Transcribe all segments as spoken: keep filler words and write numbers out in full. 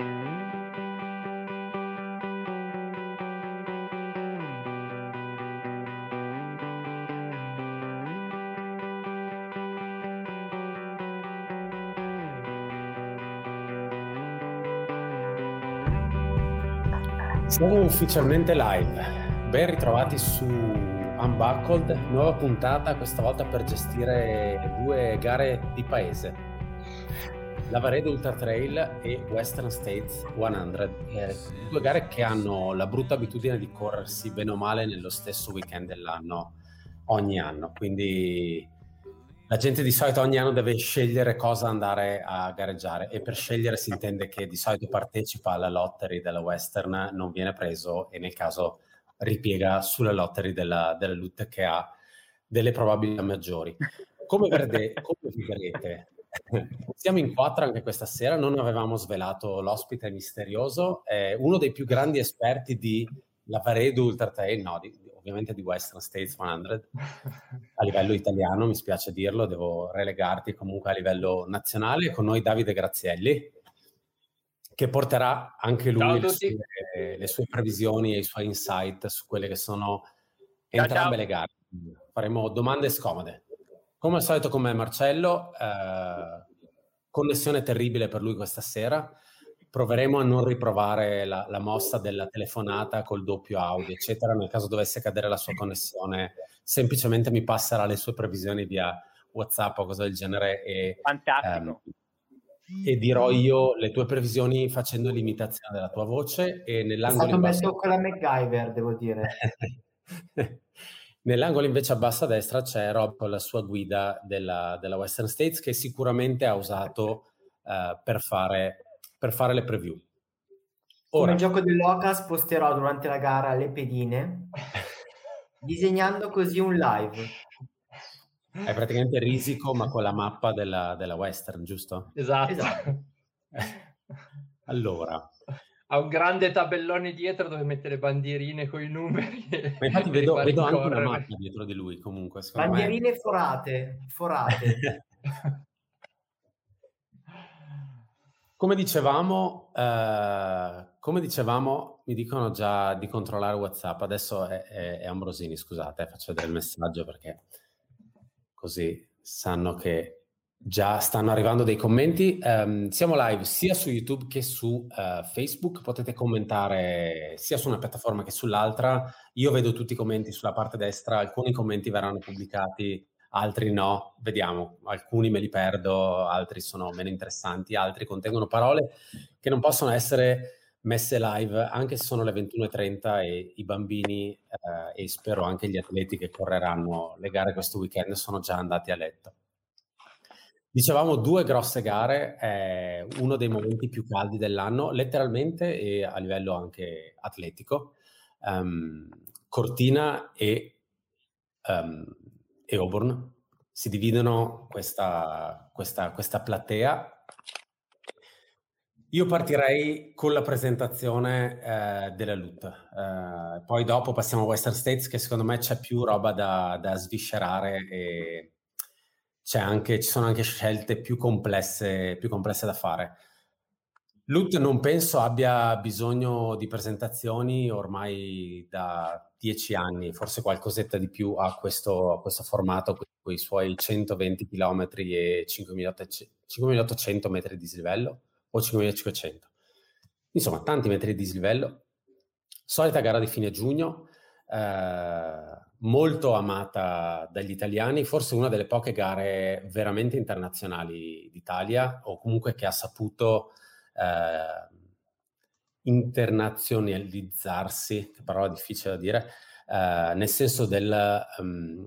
Siamo ufficialmente live, ben ritrovati su Unbuckled, nuova puntata questa volta per gestire due gare di paese, Lavaredo Ultra Trail e Western States cento, eh, due gare che hanno la brutta abitudine di corrersi bene o male nello stesso weekend dell'anno ogni anno, quindi la gente di solito ogni anno deve scegliere cosa andare a gareggiare e per scegliere si intende che di solito partecipa alla lottery della Western, non viene preso e nel caso ripiega sulla lottery della, della L U T che ha delle probabilità maggiori. Come, verde, come vedrete, siamo in quattro anche questa sera, non avevamo svelato l'ospite misterioso, è uno dei più grandi esperti di Lavaredo Ultra Trail, no, di, ovviamente di Western States cento, a livello italiano, mi spiace dirlo, devo relegarti comunque a livello nazionale. Con noi Davide Grazielli, che porterà anche lui le sue, le sue previsioni e i suoi insight su quelle che sono entrambe ciao, ciao. le gare. Faremo domande scomode. Come al solito con me Marcello, eh, connessione terribile per lui questa sera. Proveremo a non riprovare la, la mossa della telefonata col doppio audio, eccetera. Nel caso dovesse cadere la sua connessione, semplicemente mi passerà le sue previsioni via WhatsApp o cosa del genere e, fantastico. Ehm, e dirò io le tue previsioni facendo l'imitazione della tua voce e nell'angolo è stato in messo basso... con la MacGyver, devo dire. Nell'angolo invece a basso a destra c'è Rob con la sua guida della, della Western States che sicuramente ha usato uh, per fare per fare le preview. Ora, come gioco dell'Oca sposterò durante la gara le pedine disegnando così un live. È praticamente Risico ma con la mappa della, della Western, giusto? Esatto. esatto. Allora, ha un grande tabellone dietro dove mette le bandierine con i numeri. Ma infatti vedo, vedo anche una mappa dietro di lui comunque. Bandierine me... forate, forate. Come dicevamo, eh, come dicevamo, mi dicono già di controllare WhatsApp. Adesso è, è, è Ambrosini, scusate, faccio vedere il messaggio perché così sanno che già stanno arrivando dei commenti. Um, siamo live sia su YouTube che su uh, Facebook. Potete commentare sia su una piattaforma che sull'altra. Io vedo tutti i commenti sulla parte destra. Alcuni commenti verranno pubblicati, altri no. Vediamo. Alcuni me li perdo, altri sono meno interessanti, altri contengono parole che non possono essere messe live, anche se sono le ventuno e trenta e i bambini uh, e spero anche gli atleti che correranno le gare questo weekend sono già andati a letto. Dicevamo due grosse gare, è uno dei momenti più caldi dell'anno, letteralmente e a livello anche atletico. Um, Cortina e, um, e Auburn si dividono questa, questa, questa platea. Io partirei con la presentazione eh, della L U T, eh, poi dopo passiamo a Western States che secondo me c'è più roba da, da sviscerare e c'è anche, ci sono anche scelte più complesse, più complesse da fare. L U T non penso abbia bisogno di presentazioni ormai da dieci anni, forse qualcosetta di più a questo, a questo formato con i suoi centoventi chilometri e cinquemilaottocento metri di dislivello o cinquemilacinquecento. Insomma, tanti metri di dislivello. Solita gara di fine giugno, eh, molto amata dagli italiani, forse una delle poche gare veramente internazionali d'Italia o comunque che ha saputo eh, internazionalizzarsi, che parola difficile da dire, eh, nel senso del um,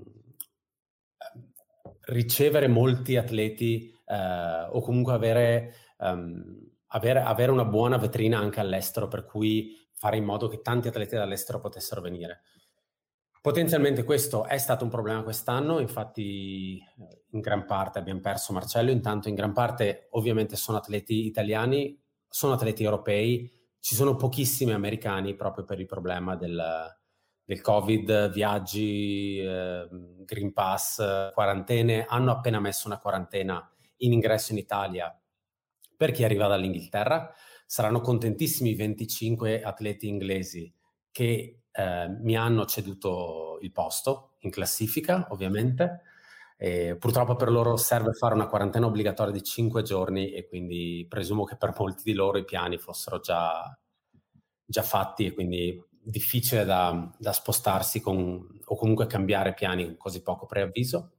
ricevere molti atleti eh, o comunque avere, um, avere, avere una buona vetrina anche all'estero, per cui fare in modo che tanti atleti dall'estero potessero venire. Potenzialmente questo è stato un problema quest'anno, infatti in gran parte abbiamo perso Marcello, intanto in gran parte ovviamente sono atleti italiani, sono atleti europei, ci sono pochissimi americani proprio per il problema del, del Covid, viaggi, eh, Green Pass, quarantene. Hanno appena messo una quarantena in ingresso in Italia per chi arriva dall'Inghilterra, saranno contentissimi i venticinque atleti inglesi che eh, mi hanno ceduto il posto in classifica, ovviamente. E purtroppo per loro serve fare una quarantena obbligatoria di cinque giorni e quindi presumo che per molti di loro i piani fossero già, già fatti e quindi difficile da, da spostarsi con, o comunque cambiare piani con così poco preavviso.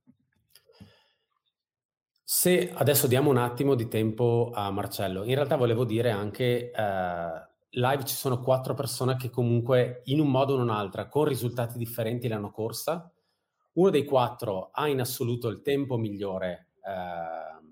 Se adesso diamo un attimo di tempo a Marcello, in realtà volevo dire anche eh, live ci sono quattro persone che comunque in un modo o in un'altra con risultati differenti l'hanno corsa. Uno dei quattro ha in assoluto il tempo migliore eh,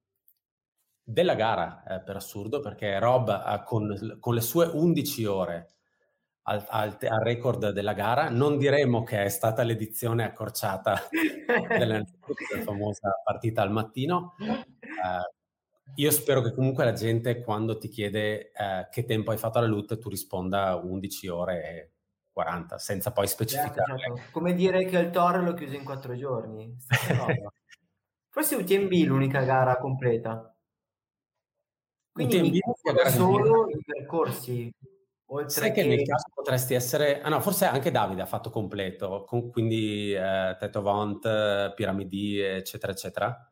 della gara, eh, per assurdo, perché Rob ha con, con le sue undici ore al, al, al record della gara. Non diremo che è stata l'edizione accorciata della, della famosa partita al mattino. Eh, io spero che comunque la gente, quando ti chiede eh, che tempo hai fatto alla L U T, tu risponda undici ore e quaranta, senza poi specificare. Certo, certo. Come dire che il Toro l'ho chiuso in quattro giorni. Stessa roba. Forse U T M B l'unica gara completa. Quindi mi da solo i percorsi. Oltre Sai che, che nel caso potresti essere... Ah no, forse anche Davide ha fatto completo, con, quindi eh, Teto Vont, Piramidi, eccetera, eccetera.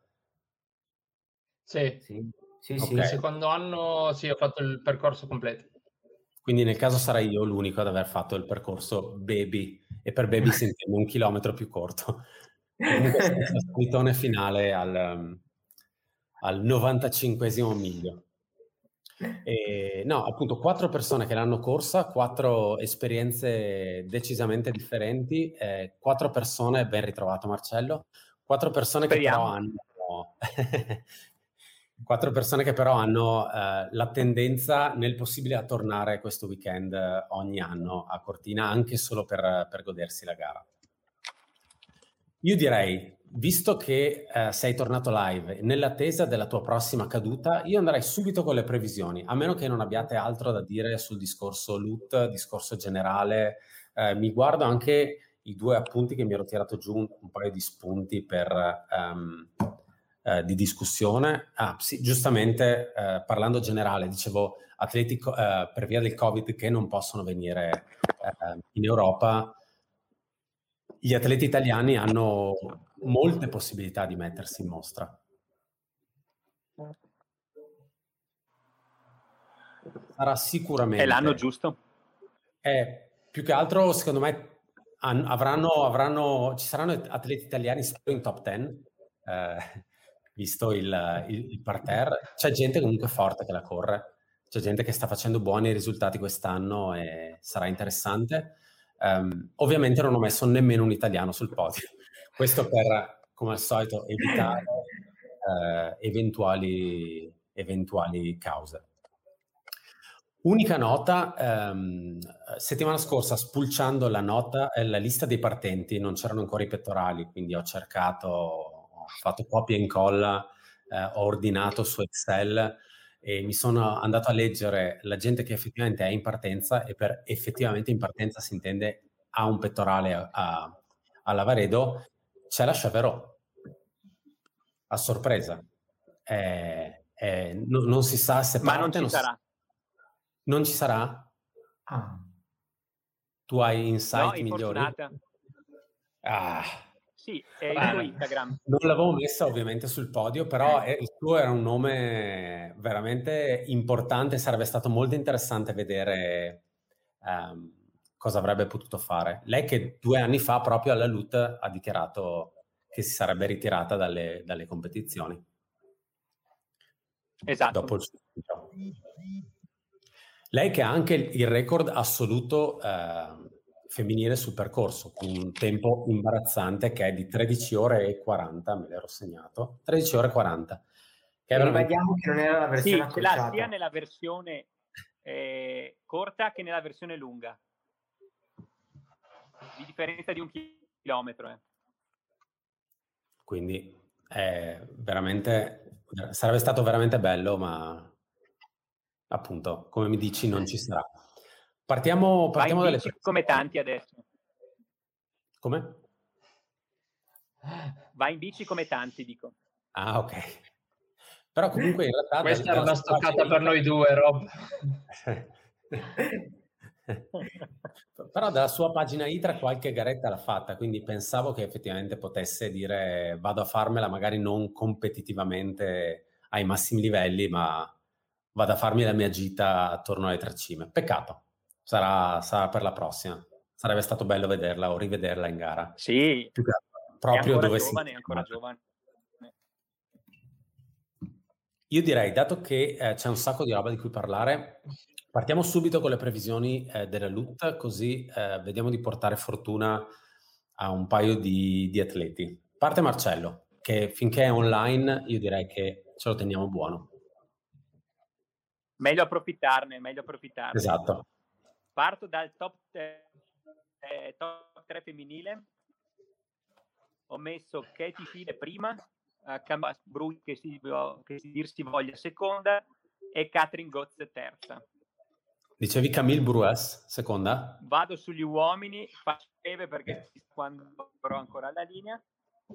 Sì, sì, sì, okay. sì. Il secondo anno sì, ho fatto il percorso completo. Quindi nel caso sarai io l'unico ad aver fatto il percorso baby, e per baby si intende un chilometro più corto. Comunque senza stritone finale al, al novantacinquesimo miglio. E, no, appunto, quattro persone che l'hanno corsa, quattro esperienze decisamente differenti, eh, quattro persone, ben ritrovato Marcello, quattro persone Speriamo. che però hanno... Quattro persone che però hanno eh, la tendenza nel possibile a tornare questo weekend eh, ogni anno a Cortina, anche solo per, per godersi la gara. Io direi, visto che eh, sei tornato live, nell'attesa della tua prossima caduta, io andrei subito con le previsioni, a meno che non abbiate altro da dire sul discorso L U T, discorso generale. Eh, mi guardo anche i due appunti che mi ero tirato giù, un, un paio di spunti per... Um, Eh, di discussione. Ah, sì, giustamente eh, parlando generale, dicevo atleti eh, per via del Covid che non possono venire eh, in Europa. Gli atleti italiani hanno molte possibilità di mettersi in mostra. Sarà sicuramente... È l'anno giusto? Eh, più che altro, secondo me, avranno, avranno, ci saranno atleti italiani solo in top dieci, eh, visto il, il, il parterre. C'è gente comunque forte che la corre, c'è gente che sta facendo buoni risultati quest'anno e sarà interessante. Um, ovviamente non ho messo nemmeno un italiano sul podio, questo per, come al solito, evitare eh, eventuali, eventuali cause. Unica nota, ehm, settimana scorsa spulciando la nota, eh, la lista dei partenti, non c'erano ancora i pettorali, quindi ho cercato, ho fatto copia e incolla, eh, ho ordinato su Excel e mi sono andato a leggere la gente che effettivamente è in partenza, e per effettivamente in partenza si intende ha un pettorale a, a, a Lavaredo. C'è la Chaverot, a sorpresa. Eh, eh, no, non si sa se Ma parte, non ci non sarà. Si... Non ci sarà? Ah. Tu hai insight no, migliori? Infortunata. Ah. Sì, è il suo Instagram. Non l'avevo messa ovviamente sul podio, però è, il suo era un nome veramente importante. Sarebbe stato molto interessante vedere um, cosa avrebbe potuto fare. Lei che due anni fa proprio alla L U T ha dichiarato che si sarebbe ritirata dalle, dalle competizioni. Esatto. Dopo il suo video. Lei che ha anche il record assoluto eh, femminile sul percorso, con un tempo imbarazzante che è di tredici ore e quaranta, me l'ero segnato, tredici ore e quaranta. Che e veramente... ribadiamo che non era la versione sì, ce l'ha accorciata. sia nella versione eh, corta che nella versione lunga, di differenza di un chilometro. Eh. Quindi è veramente, sarebbe stato veramente bello, ma appunto, come mi dici, non ci sarà. Partiamo, partiamo Va in dalle... bici come tanti adesso. Come? Va in bici come tanti, dico. Ah, ok. Però comunque in realtà... Questa era una stoccata per noi due, Rob. Però dalla sua pagina ITRA qualche garetta l'ha fatta, quindi pensavo che effettivamente potesse dire vado a farmela magari non competitivamente ai massimi livelli, ma vado a farmi la mia gita attorno alle tre cime. Peccato, sarà, sarà per la prossima. Sarebbe stato bello vederla o rivederla in gara. Sì, Più che proprio è ancora dove giovane, si è ancora giovane. Io direi, dato che eh, c'è un sacco di roba di cui parlare, partiamo subito con le previsioni eh, della L U T, così eh, vediamo di portare fortuna a un paio di, di atleti. Parte Marcello, che finché è online io direi che ce lo teniamo buono. Meglio approfittarne, meglio approfittarne. Esatto. Parto dal top, eh, top tre femminile. Ho messo Katie Fide prima, uh, Camilla Brui che si, che si dir si voglia seconda e Katrin Götz terza. Dicevi Camille Brues seconda? Vado sugli uomini, faccio breve perché quando però ancora alla linea.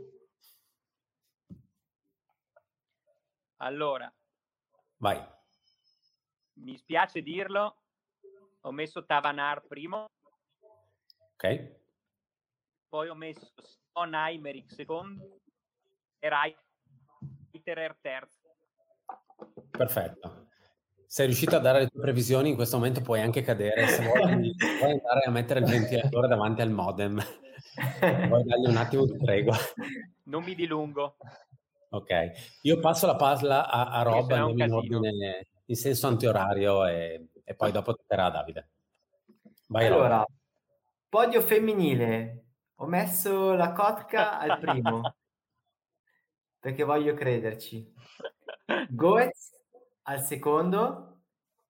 Allora, vai. Mi spiace dirlo, ho messo Tavanar primo. Ok. Poi ho messo Son Aymeric secondo e Reiterer terzo. Perfetto. Sei riuscito a dare le tue previsioni, in questo momento puoi anche cadere. Se vuoi, vuoi andare a mettere il ventilatore davanti al modem, vuoi dargli un attimo di tregua. Non mi dilungo. Ok, io passo la palla a, a Rob, andiamo in casino. ordine in senso antiorario e, e poi dopo toccherà a Davide. Vai, allora, Rob. Podio femminile. Ho messo la Kotka al primo perché voglio crederci. Goetz al secondo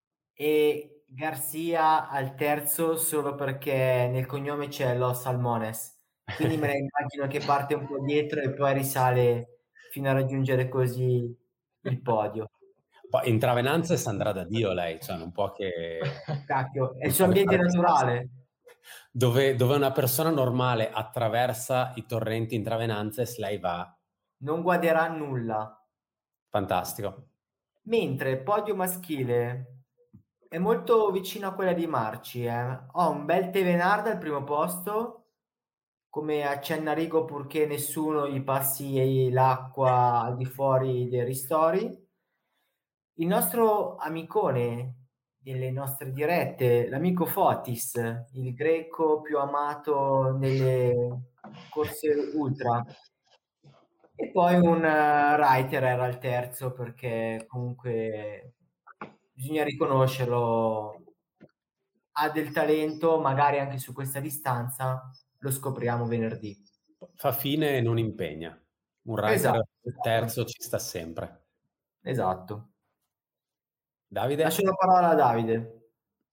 e Garcia al terzo solo perché nel cognome c'è Los Salmones, quindi me la immagino che parte un po' dietro e poi risale fino a raggiungere così il podio. Poi in Travenanze andrà da Dio lei, cioè non può che... Cacchio, è il suo ambiente naturale. Dove, dove una persona normale attraversa i torrenti in Travenanzes, lei va... Non guarderà nulla. Fantastico. Mentre podio maschile è molto vicino a quella di Marci. Eh. Ho un bel Tevenard al primo posto, come accenna Rigo, purché nessuno gli passi l'acqua al di fuori dei ristori. Il nostro amicone delle nostre dirette, l'amico Fotis, il greco più amato nelle corse ultra. E poi un uh, writer era il terzo perché comunque bisogna riconoscerlo, ha del talento, magari anche su questa distanza lo scopriamo venerdì. Fa fine e non impegna. Un writer Esatto. terzo ci sta sempre. Esatto. Davide? Lascio la parola a Davide.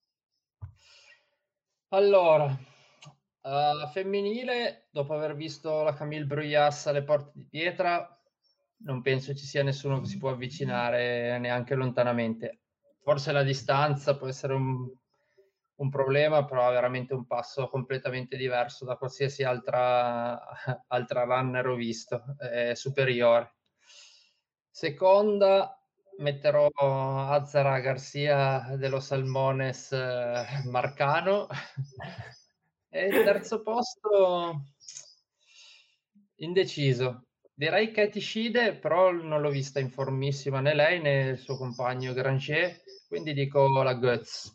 Allora, uh, femminile, dopo aver visto la Camille Bruyas alle porte di pietra, non penso ci sia nessuno che si può avvicinare neanche lontanamente. Forse la distanza può essere un, un problema, però è veramente un passo completamente diverso da qualsiasi altra, altra runner ho visto, è superiore. Seconda, metterò Azara Garcia dello Salmones eh, Marcano. E il terzo posto indeciso. Direi Katie Schide, però non l'ho vista in formissima né lei né il suo compagno Granger, quindi dico la Götz.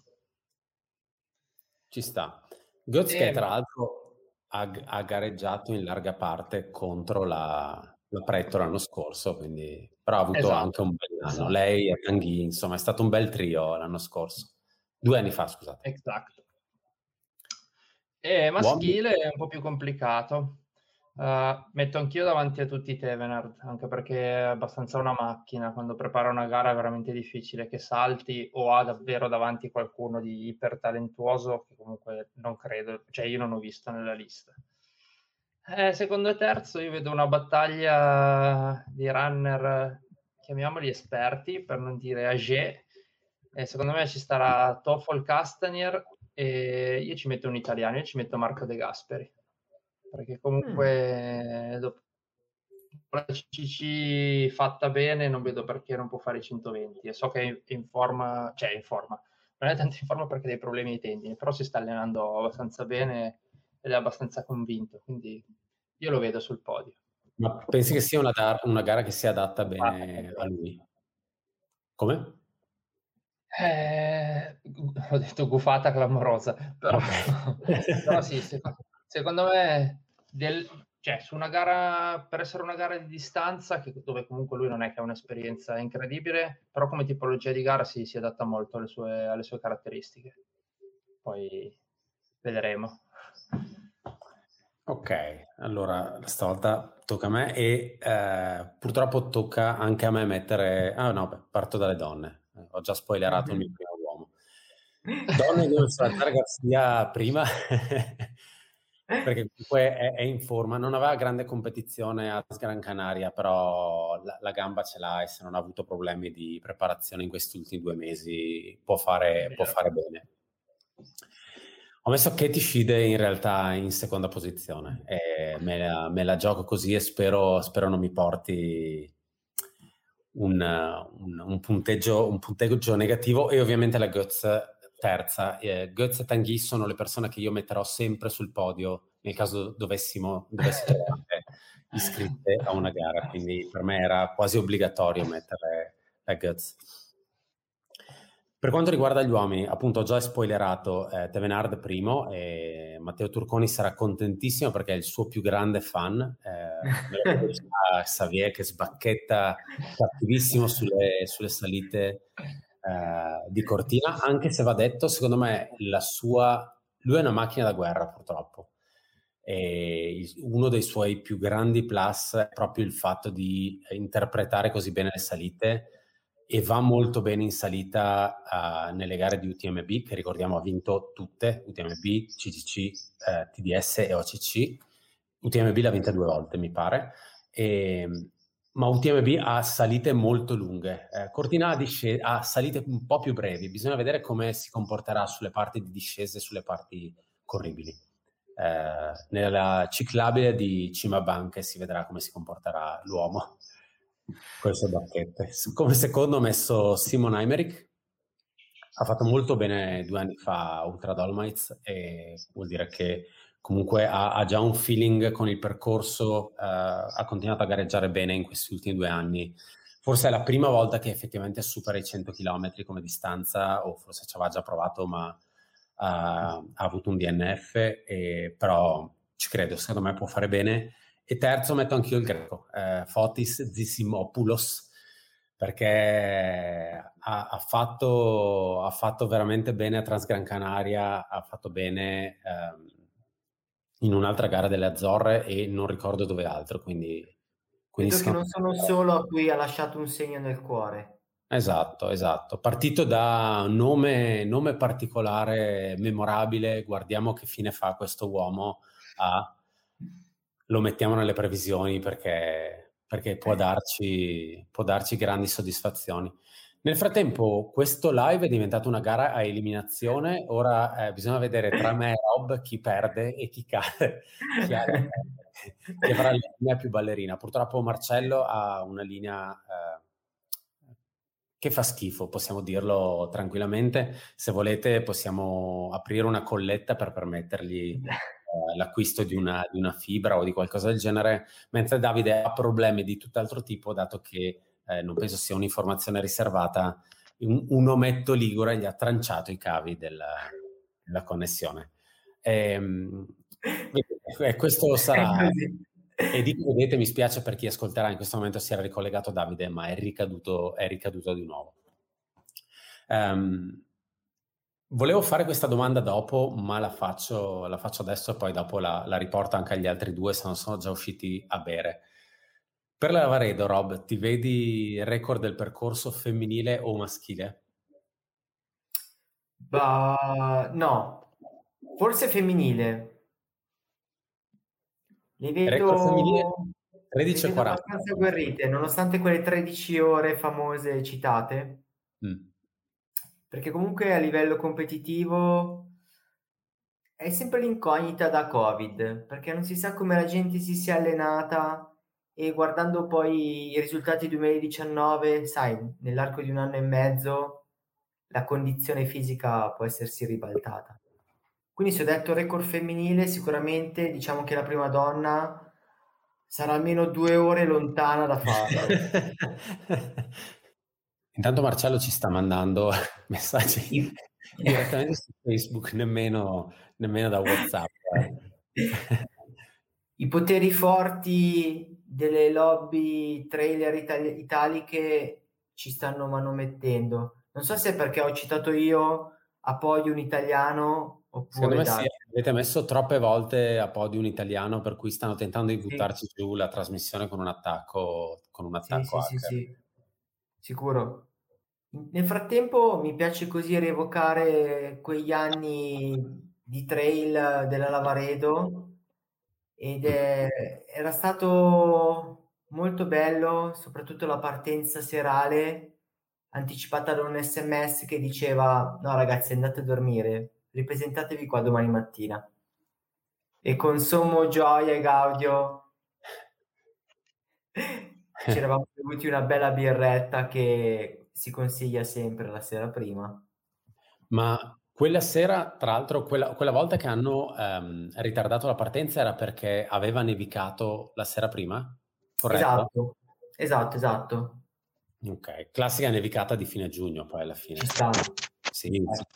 Ci sta. Götz E... che tra l'altro ha, ha gareggiato in larga parte contro la, la Pretto l'anno scorso, quindi però ha avuto esatto, anche un bel anno. esatto. Lei e Tanguy, insomma, è stato un bel trio l'anno scorso. Due anni fa, scusate. Esatto. E maschile è un po' più complicato. Uh, metto anch'io davanti a tutti i Tevenard, anche perché è abbastanza una macchina. Quando prepara una gara è veramente difficile che salti o ha davvero davanti qualcuno di ipertalentuoso, che comunque non credo, cioè io non ho visto nella lista. Eh, secondo e terzo io vedo una battaglia di runner, chiamiamoli esperti, per non dire âgé, e secondo me ci starà Toffol Castanier e io ci metto un italiano, io ci metto Marco De Gasperi, perché comunque mm. dopo, la C C C fatta bene non vedo perché non può fare i centoventi, e so che è in forma, cioè in forma, non è tanto in forma perché ha dei problemi ai tendini, però si sta allenando abbastanza bene ed è abbastanza convinto, quindi io lo vedo sul podio. Ma pensi che sia una, da- una gara che si adatta bene a lui? Come? Eh, ho detto gufata clamorosa, però, Okay. però sì, seco- secondo me del, cioè, su una gara, per essere una gara di distanza, che, dove comunque lui non è che ha un'esperienza incredibile, però come tipologia di gara sì, si adatta molto alle sue, alle sue caratteristiche. Poi vedremo. Ok, allora stavolta tocca a me e eh, purtroppo tocca anche a me mettere... Ah no, beh, parto dalle donne. Eh, Ho già spoilerato il mio primo uomo. Donne devono saltare Garzia prima perché comunque è, è in forma. Non aveva grande competizione a Gran Canaria, però la, la gamba ce l'ha e se non ha avuto problemi di preparazione in questi ultimi due mesi può fare, può fare bene. Ho messo Katie Schide in realtà in seconda posizione e me la, me la gioco così e spero, spero non mi porti un, un, un, punteggio, un punteggio negativo, e ovviamente la Götz terza. Eh, Götz e Tanguy sono le persone che io metterò sempre sul podio nel caso dovessimo dovessi trovare iscritte a una gara, quindi per me era quasi obbligatorio mettere la Götz. Per quanto riguarda gli uomini, appunto ho già spoilerato eh, Tevenard primo e Matteo Turconi sarà contentissimo perché è il suo più grande fan. Eh, me lo vedo già Xavier che sbacchetta cattivissimo sulle, sulle salite eh, di Cortina, anche se va detto, secondo me la sua... Lui è una macchina da guerra purtroppo. E il- uno dei suoi più grandi plus è proprio il fatto di interpretare così bene le salite e va molto bene in salita uh, nelle gare di U T M B, che ricordiamo ha vinto tutte, U T M B, C C C, eh, T D S e O C C. U T M B l'ha vinta due volte, mi pare, e, ma U T M B ha salite molto lunghe. Eh, Cortina ha, disce- ha salite un po' più brevi, bisogna vedere come si comporterà sulle parti di discese e sulle parti corribili. Eh, nella ciclabile di Cima Banche si vedrà come si comporterà l'uomo con le sue bacchette. Come secondo ho messo Simon Heimerick, ha fatto molto bene due anni fa a Ultra Dolomites e vuol dire che comunque ha, ha già un feeling con il percorso, eh, ha continuato a gareggiare bene in questi ultimi due anni. Forse è la prima volta che effettivamente supera i cento chilometri come distanza, o forse ci aveva già provato, ma uh, ha avuto un D N F, e, però ci credo, secondo me può fare bene. E terzo metto anch'io il greco, eh, Fotis Zissimopoulos, perché ha, ha, fatto, ha fatto veramente bene a Transgran Canaria, ha fatto bene ehm, in un'altra gara delle Azzorre e non ricordo dove altro, quindi... quindi Vedo che non me... sono solo a cui ha lasciato un segno nel cuore. Esatto, esatto. Partito da nome, nome particolare, memorabile, guardiamo che fine fa questo uomo, a... lo mettiamo nelle previsioni perché, perché può darci, può darci grandi soddisfazioni. Nel frattempo questo live è diventato una gara a eliminazione, ora eh, bisogna vedere tra me e Rob chi perde e chi cade, chi, ha la, chi avrà la linea più ballerina. Purtroppo Marcello ha una linea... Eh, che fa schifo, possiamo dirlo tranquillamente. Se volete possiamo aprire una colletta per permettergli eh, l'acquisto di una, di una fibra o di qualcosa del genere, mentre Davide ha problemi di tutt'altro tipo, dato che eh, non penso sia un'informazione riservata, un, un ometto ligure gli ha tranciato i cavi della, della connessione. E, e questo sarà... E dico, vedete, mi spiace per chi ascolterà, in questo momento si era ricollegato Davide, ma è ricaduto, è ricaduto di nuovo. Um, volevo fare questa domanda dopo, ma la faccio, la faccio adesso e poi dopo la, la riporto anche agli altri due, se non sono già usciti a bere. Per la Lavaredo, Rob, ti vedi il record del percorso femminile o maschile? Bah, no, forse femminile. Le Record femminile vedo, le tredici e vedo quaranta. abbastanza agguerrite, nonostante quelle tredici ore famose citate, Mm. perché comunque a livello competitivo è sempre l'incognita da Covid, perché non si sa come la gente si sia allenata e guardando poi i risultati duemiladiciannove, sai, nell'arco di un anno e mezzo la condizione fisica può essersi ribaltata. Quindi se ho detto record femminile, sicuramente diciamo che la prima donna sarà almeno due ore lontana da farlo. Intanto Marcello ci sta mandando messaggi direttamente su Facebook, nemmeno, nemmeno da WhatsApp. I poteri forti delle lobby trailer itali- italiche ci stanno manomettendo. Non so se è perché ho citato io a podio un italiano oppure Secondo me da... sì, avete messo troppe volte a podio un italiano, per cui stanno tentando di buttarci sì. giù la trasmissione con un attacco con un attacco sì, sì, sì, sì, sicuro. Nel frattempo mi piace così rievocare quegli anni di trail della Lavaredo ed è, era stato molto bello, soprattutto la partenza serale anticipata da un sms che diceva no ragazzi andate a dormire, ripresentatevi qua domani mattina, e con sommo gioia e gaudio ci eravamo bevuti una bella birretta che si consiglia sempre la sera prima. Ma quella sera, tra l'altro, quella, quella volta che hanno um, ritardato la partenza era perché aveva nevicato la sera prima? Corretto? Esatto, esatto, esatto. Ok, classica nevicata di fine giugno poi alla fine. Ci sta. Sì, sì, sì.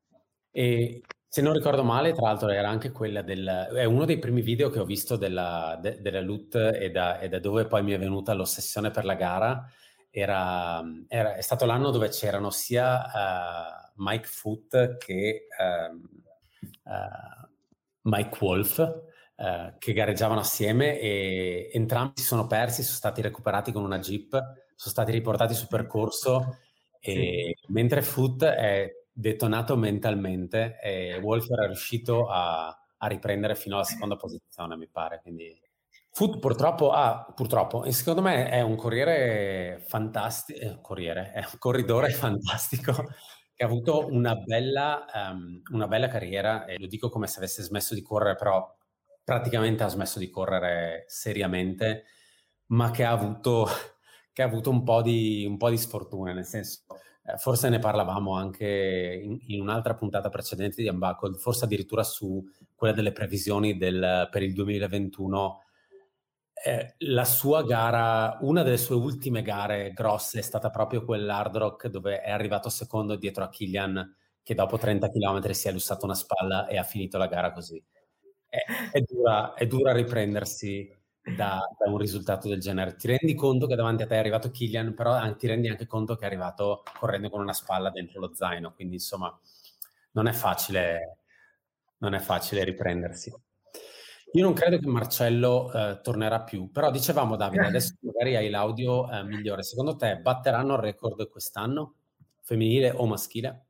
E se non ricordo male, tra l'altro era anche quella del... è uno dei primi video che ho visto della, de, della L U T e da, e da dove poi mi è venuta l'ossessione per la gara. Era, era, è stato l'anno dove c'erano sia uh, Mike Foot che um, uh, Mike Wolf uh, che gareggiavano assieme, e entrambi si sono persi, sono stati recuperati con una Jeep, sono stati riportati sul percorso, e sì. Mentre Foot è detonato mentalmente e Wolf era riuscito a, a riprendere fino alla seconda posizione, mi pare, quindi... Foot purtroppo, ah, purtroppo, e secondo me è un corriere fantastico, eh, corriere, è un corridore fantastico che ha avuto una bella, um, una bella carriera, e lo dico come se avesse smesso di correre, però praticamente ha smesso di correre seriamente, ma che ha avuto, che ha avuto un po' di, un po' di sfortuna, nel senso, eh, forse ne parlavamo anche in, in un'altra puntata precedente di Unbuckled, forse addirittura su quella delle previsioni del, per il duemilaventuno. Eh, la sua gara, una delle sue ultime gare grosse è stata proprio quell'Hard Rock dove è arrivato secondo dietro a Kilian, che dopo trenta chilometri si è lussato una spalla e ha finito la gara così. È, è, dura, è dura riprendersi da, da un risultato del genere. Ti rendi conto che davanti a te è arrivato Kilian, però ti rendi anche conto che è arrivato correndo con una spalla dentro lo zaino, quindi insomma non è facile, non è facile riprendersi. Io non credo che Marcello eh, tornerà più, però dicevamo, Davide, adesso magari hai l'audio eh, migliore. Secondo te batteranno il record quest'anno, femminile o maschile?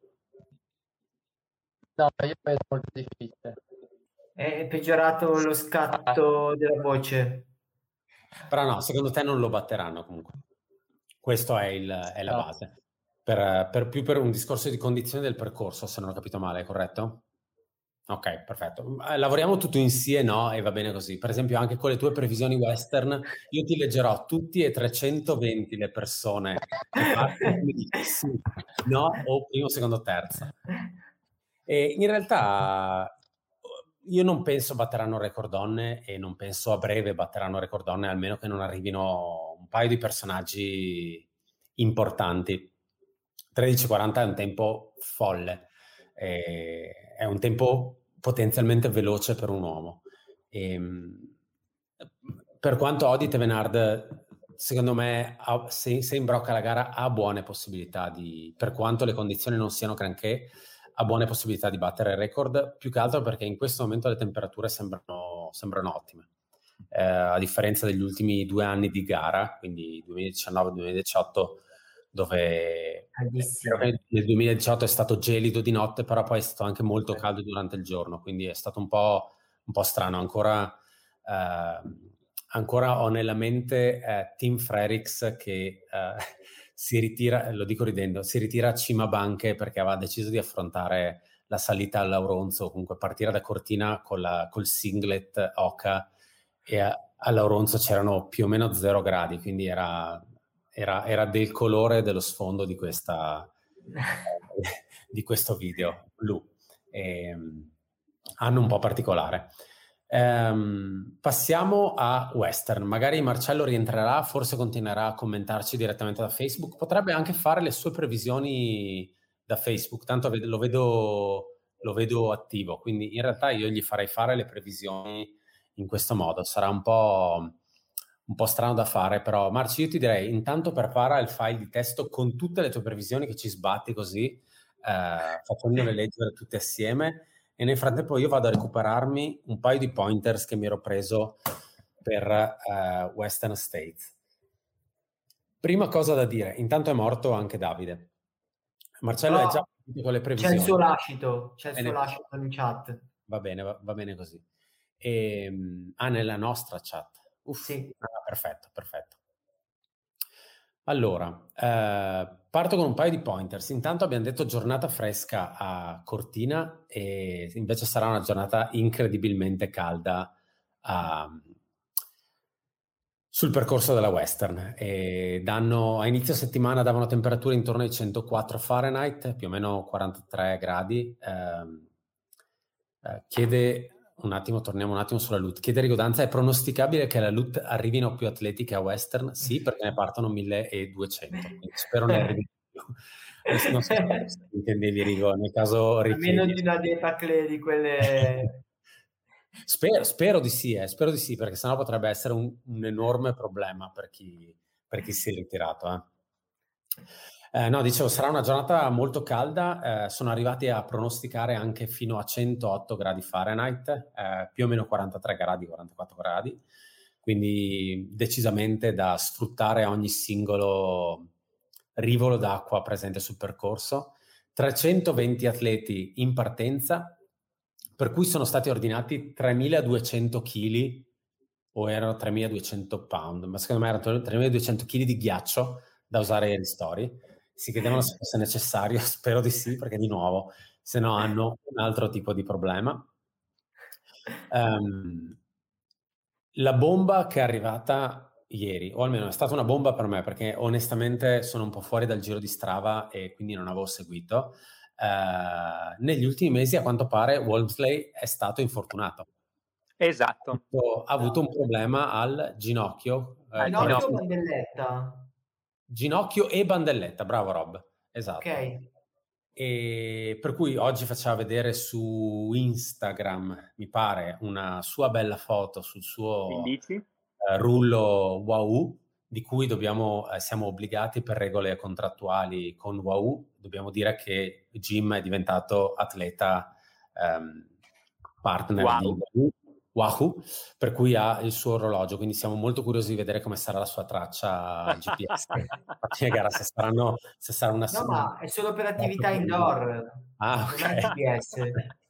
No, io vedo molto difficile. È peggiorato lo scatto della voce. Però no, secondo te non lo batteranno comunque. Questo è, il, è la no. base. Per, per più per un discorso di condizione del percorso, se non ho capito male, corretto? Ok, perfetto. Lavoriamo tutto in sì e no e va bene così. Per esempio anche con le tue previsioni western, io ti leggerò tutti e trecentoventi le persone che partono sì, no o primo, secondo, terza. E in realtà io non penso batteranno il record donne e non penso a breve batteranno il record donne, almeno che non arrivino un paio di personaggi importanti. tredici quaranta è un tempo folle. E è un tempo potenzialmente veloce per un uomo. E, per quanto odi Tevenard, secondo me, se, se imbrocca la gara ha buone possibilità di, per quanto le condizioni non siano granché, ha buone possibilità di battere il record, più che altro perché in questo momento le temperature sembrano, sembrano ottime. Eh, a differenza degli ultimi due anni di gara, quindi duemiladiciannove duemiladiciotto, dove nel duemiladiciotto è stato gelido di notte, però poi è stato anche molto caldo durante il giorno, quindi è stato un po', un po' strano. Ancora, eh, ancora ho nella mente eh, Tim Frerichs che eh, si ritira, lo dico ridendo, si ritira a Cima Banche perché aveva deciso di affrontare la salita all'Auronzo, comunque partire da Cortina con la, col singlet Oca, e a, a Lauronzo c'erano più o meno zero gradi, quindi era, era, era del colore dello sfondo di questa di questo video blu, e, hanno un po' particolare. Um, passiamo a Western. Magari Marcello rientrerà, forse continuerà a commentarci direttamente da Facebook, potrebbe anche fare le sue previsioni da Facebook, tanto lo vedo, lo vedo attivo, quindi in realtà io gli farei fare le previsioni in questo modo. Sarà un po', un po' strano da fare, però Marci, io ti direi intanto prepara il file di testo con tutte le tue previsioni, che ci sbatti così, eh, facendole leggere tutte assieme, e nel frattempo io vado a recuperarmi un paio di pointers che mi ero preso per uh, Western States. Prima cosa da dire, intanto è morto anche Davide. Marcello no, è già con le previsioni. C'è il suo lascito, c'è il suo lascito in chat. Va bene, va, va bene così. E, ah, nella nostra chat. Uff, sì. Ah, perfetto, perfetto. Allora, eh, parto con un paio di pointers. Intanto abbiamo detto giornata fresca a Cortina, e invece sarà una giornata incredibilmente calda a, sul percorso della Western. E danno, a inizio settimana davano temperature intorno ai centoquattro Fahrenheit, più o meno quarantatré gradi. Eh, eh, chiede... Un attimo, torniamo un attimo sulla L U T. Chiede Rigodanza, è pronosticabile che alla L U T arrivino più atleti che a Western? Sì, perché ne partono milleduecento, quindi spero ne arrivino più. Non so se intendevi, Rigo, nel caso richiedi. Almeno di una dieta cle di quelle... spero, spero di sì, eh, spero di sì, perché sennò potrebbe essere un, un enorme problema per chi, per chi si è ritirato. Eh. Eh, no, dicevo, sarà una giornata molto calda, eh, sono arrivati a pronosticare anche fino a centootto gradi Fahrenheit, eh, più o meno quarantatré gradi, quarantaquattro gradi, quindi decisamente da sfruttare a ogni singolo rivolo d'acqua presente sul percorso. trecentoventi atleti in partenza, per cui sono stati ordinati tremiladuecento chili, o erano tremiladuecento pound, ma secondo me erano tremiladuecento chili di ghiaccio da usare ai ristori. Si chiedevano se fosse necessario, spero di sì, perché di nuovo, se no hanno un altro tipo di problema. Um, la bomba che è arrivata ieri, o almeno è stata una bomba per me, perché onestamente sono un po' fuori dal giro di Strava e quindi non avevo seguito. Uh, negli ultimi mesi, a quanto pare, Walmsley è stato infortunato. Esatto. Ha avuto, ha avuto un problema al ginocchio. Eh, ginocchio o bandelletta? Ginocchio e bandelletta, bravo Rob. Esatto. Ok. E per cui oggi faceva vedere su Instagram, mi pare, una sua bella foto sul suo uh, rullo Wahoo, di cui dobbiamo, eh, siamo obbligati per regole contrattuali con Wahoo. Dobbiamo dire che Jim è diventato atleta um, partner wow. di Wahoo. Wahoo, per cui ha il suo orologio, quindi siamo molto curiosi di vedere come sarà la sua traccia G P S. Infatti, gara, se saranno, se sarà una... No, ma è solo per attività indoor. Ah, ok. Non è G P S.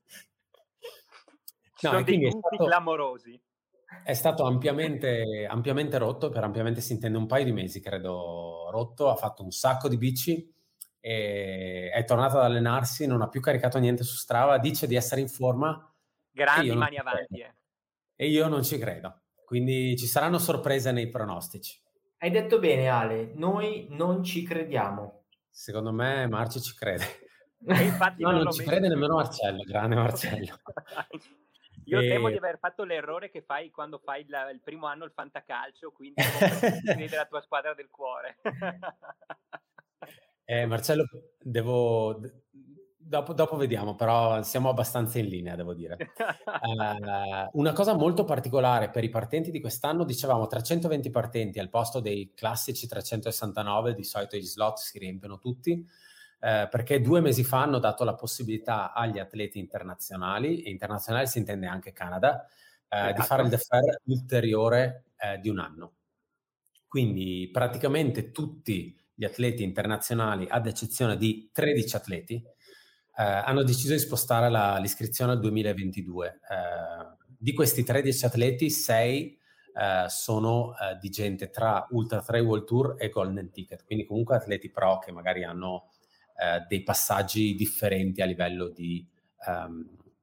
No, sono dei punti clamorosi. È stato ampiamente, ampiamente rotto, per ampiamente si intende un paio di mesi, credo, rotto, ha fatto un sacco di bici, e è tornato ad allenarsi, non ha più caricato niente su Strava, dice di essere in forma. Grandi mani avanti, eh. E io non ci credo, quindi ci saranno sorprese nei pronostici. Hai detto bene, Ale, noi non ci crediamo. Secondo me Marci ci crede. E infatti no, non, non ci crede nemmeno Marcello, grande Marcello. Io e... temo di aver fatto l'errore che fai quando fai il, il primo anno il fantacalcio, quindi credi la tua squadra del cuore. eh, Marcello, devo... Dopo, dopo vediamo, però siamo abbastanza in linea, devo dire. Uh, una cosa molto particolare per i partenti di quest'anno, dicevamo trecentoventi partenti al posto dei classici trecentosessantanove, di solito gli slot si riempiono tutti, uh, perché due mesi fa hanno dato la possibilità agli atleti internazionali, e internazionali si intende anche Canada, uh, esatto. di fare il defer ulteriore uh, di un anno. Quindi praticamente tutti gli atleti internazionali, ad eccezione di tredici atleti, Uh, hanno deciso di spostare la, l'iscrizione al duemilaventidue. Uh, di questi tredici atleti, sei uh, sono uh, di gente tra Ultra Trail World Tour e Golden Ticket, quindi comunque atleti pro che magari hanno uh, dei passaggi differenti a livello di, um,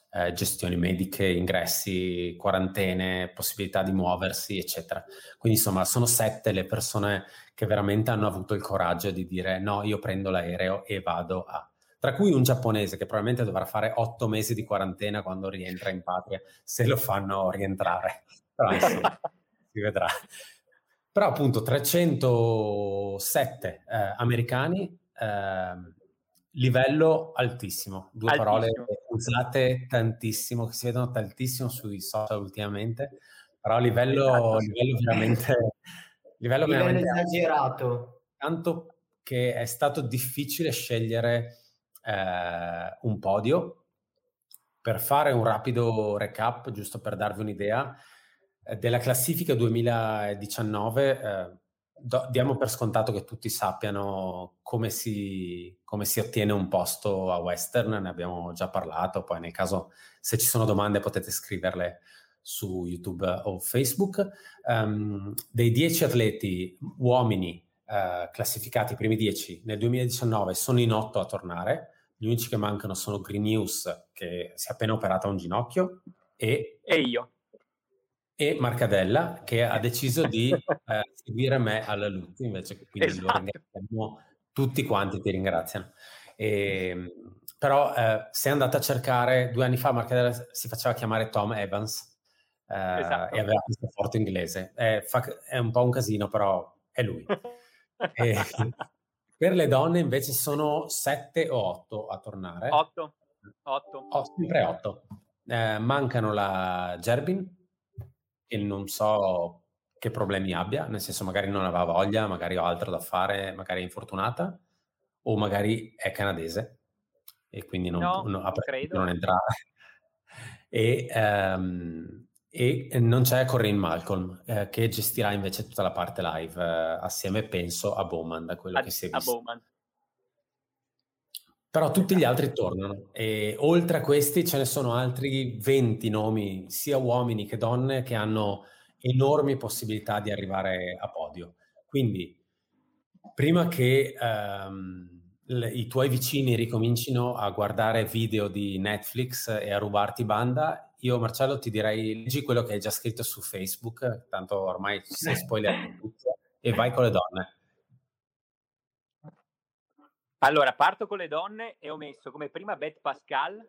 eh, gestioni mediche, ingressi, quarantene, possibilità di muoversi, eccetera. Quindi insomma sono sette le persone che veramente hanno avuto il coraggio di dire no, io prendo l'aereo e vado a... Tra cui un giapponese che probabilmente dovrà fare otto mesi di quarantena quando rientra in patria, se lo fanno rientrare. Però insomma, si vedrà. Però appunto trecentosette eh, americani, eh, livello altissimo, due Altissimo. parole usate tantissimo, che si vedono tantissimo sui social ultimamente, però livello, Esatto. livello veramente... Livello, livello veramente esagerato. Tanto che è stato difficile scegliere eh, un podio. Per fare un rapido recap, giusto per darvi un'idea, eh, della classifica duemiladiciannove, eh, do, diamo per scontato che tutti sappiano come si, come si ottiene un posto a Western, ne abbiamo già parlato, poi nel caso se ci sono domande potete scriverle su YouTube o Facebook. Um, dei dieci atleti uomini uh, classificati, i primi dieci nel duemiladiciannove, sono in otto a tornare. Gli unici che mancano sono Green News, che si è appena operata un ginocchio, e, e io. E Marcadella, che ha deciso di eh, seguire me alla Luzzi, invece, quindi Esatto. lo ringraziamo, tutti quanti ti ringraziano. E, però eh, sei andata a cercare, due anni fa Marcadella si faceva chiamare Tom Evans, eh, esatto. e aveva questo forte inglese. È, fa, è un po' un casino, però è lui. E, per le donne invece sono sette o otto a tornare. Otto. Otto. Oh, sempre otto. Eh, mancano la Gerbin, che non so che problemi abbia, nel senso magari non aveva voglia, magari ho altro da fare, magari è infortunata, o magari è canadese e quindi non, no, non, credo. non entrare. E, um, e non c'è Corinne Malcolm, eh, che gestirà invece tutta la parte live, eh, assieme penso a Bowman, da quello a, che si è a visto. Bowman. Però tutti gli altri tornano, e oltre a questi ce ne sono altri venti nomi, sia uomini che donne, che hanno enormi possibilità di arrivare a podio. Quindi prima che um, le, i tuoi vicini ricomincino a guardare video di Netflix e a rubarti banda, io Marcello ti direi leggi quello che hai già scritto su Facebook, tanto ormai ci sei spoilerato tutto, e vai con le donne. Allora, parto con le donne e ho messo come prima Beth Pascal,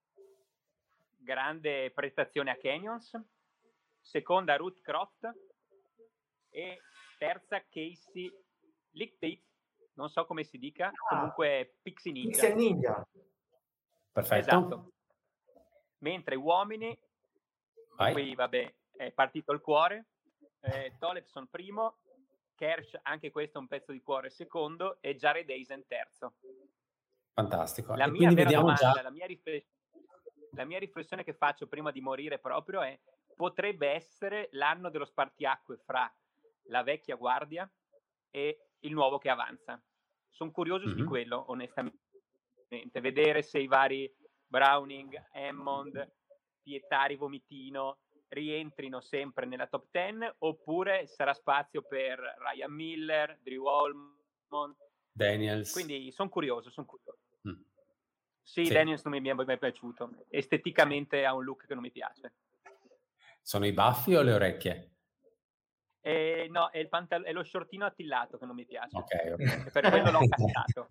grande prestazione a Canyons, seconda Ruth Croft e terza Casey Lichtig, non so come si dica, ah, comunque Pixie Ninja. Pixie Ninja. Perfetto. Esatto. Mentre uomini, Vai. Qui vabbè, è partito il cuore, eh, Tollefson primo, Kersh, anche questo è un pezzo di cuore, secondo, e Jared Eisen terzo. Fantastico. La e mia vera vediamo domanda, già... la, mia rifless- la mia riflessione che faccio prima di morire proprio è: potrebbe essere l'anno dello spartiacque fra la vecchia guardia e il nuovo che avanza. Sono curioso mm-hmm. di quello, onestamente. Vedere se i vari Browning, Hammond, Pietari, Vomitino rientrino sempre nella top dieci, oppure sarà spazio per Ryan Miller, Drew Allman, Daniels. Quindi sono curioso, sono curioso. Mm. Sì, sì, Daniels non mi è mai piaciuto. Esteticamente ha un look che non mi piace. Sono i baffi o le orecchie? Eh, no, è, il pantal- è lo shortino attillato che non mi piace. Ok, okay. E per quello l'ho cassato.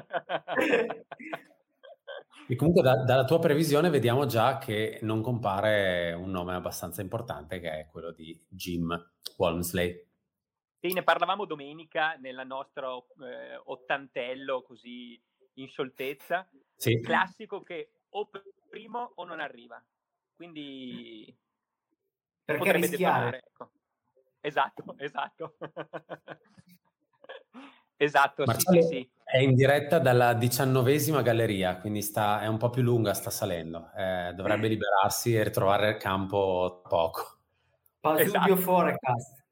E comunque da, dalla tua previsione vediamo già che non compare un nome abbastanza importante, che è quello di Jim Walmsley. Sì, ne parlavamo domenica nella nostra eh, ottantello, così in scioltezza. Sì. Classico che o primo o non arriva. Quindi perché potrebbe rischiare? detonare, ecco. Esatto, esatto. Esatto, Marcello sì, sì, sì. È in diretta dalla diciannovesima galleria, quindi sta, è un po' più lunga, sta salendo. Eh, dovrebbe liberarsi e ritrovare il campo poco. Pasubio esatto. Forecast.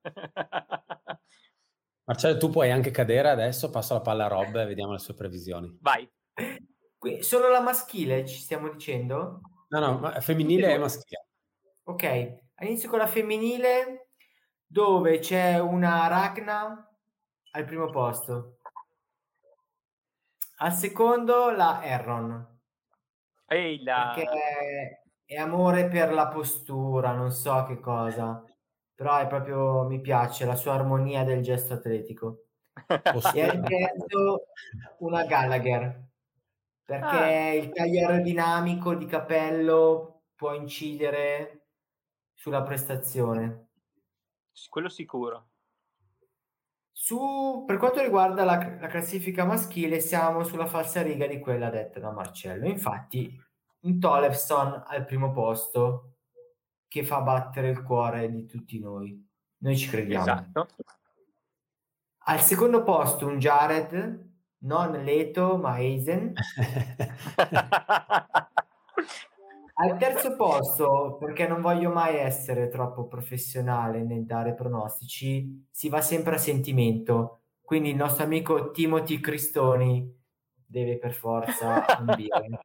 Marcello, tu puoi anche cadere adesso, passo la palla a Rob e vediamo le sue previsioni. Vai. Qui, solo la maschile ci stiamo dicendo? No, no, ma femminile e maschile. Ok, inizio con la femminile, dove c'è una Ragna al primo posto. Al secondo la Erron. Ehi là. Perché è amore per la postura, non so che cosa, però è proprio, mi piace la sua armonia del gesto atletico. E al terzo una Gallagher, perché ah. il taglio aerodinamico di capello può incidere sulla prestazione. Quello sicuro. Su, per quanto riguarda la, la classifica maschile, siamo sulla falsariga di quella detta da Marcello. Infatti, un Tollefson al primo posto che fa battere il cuore di tutti noi. Noi ci crediamo. Esatto. Al secondo posto un Jared, non Leto ma Eisen. Al terzo posto, perché non voglio mai essere troppo professionale nel dare pronostici, si va sempre a sentimento. Quindi il nostro amico Timothy Cristoni deve per forza ambire.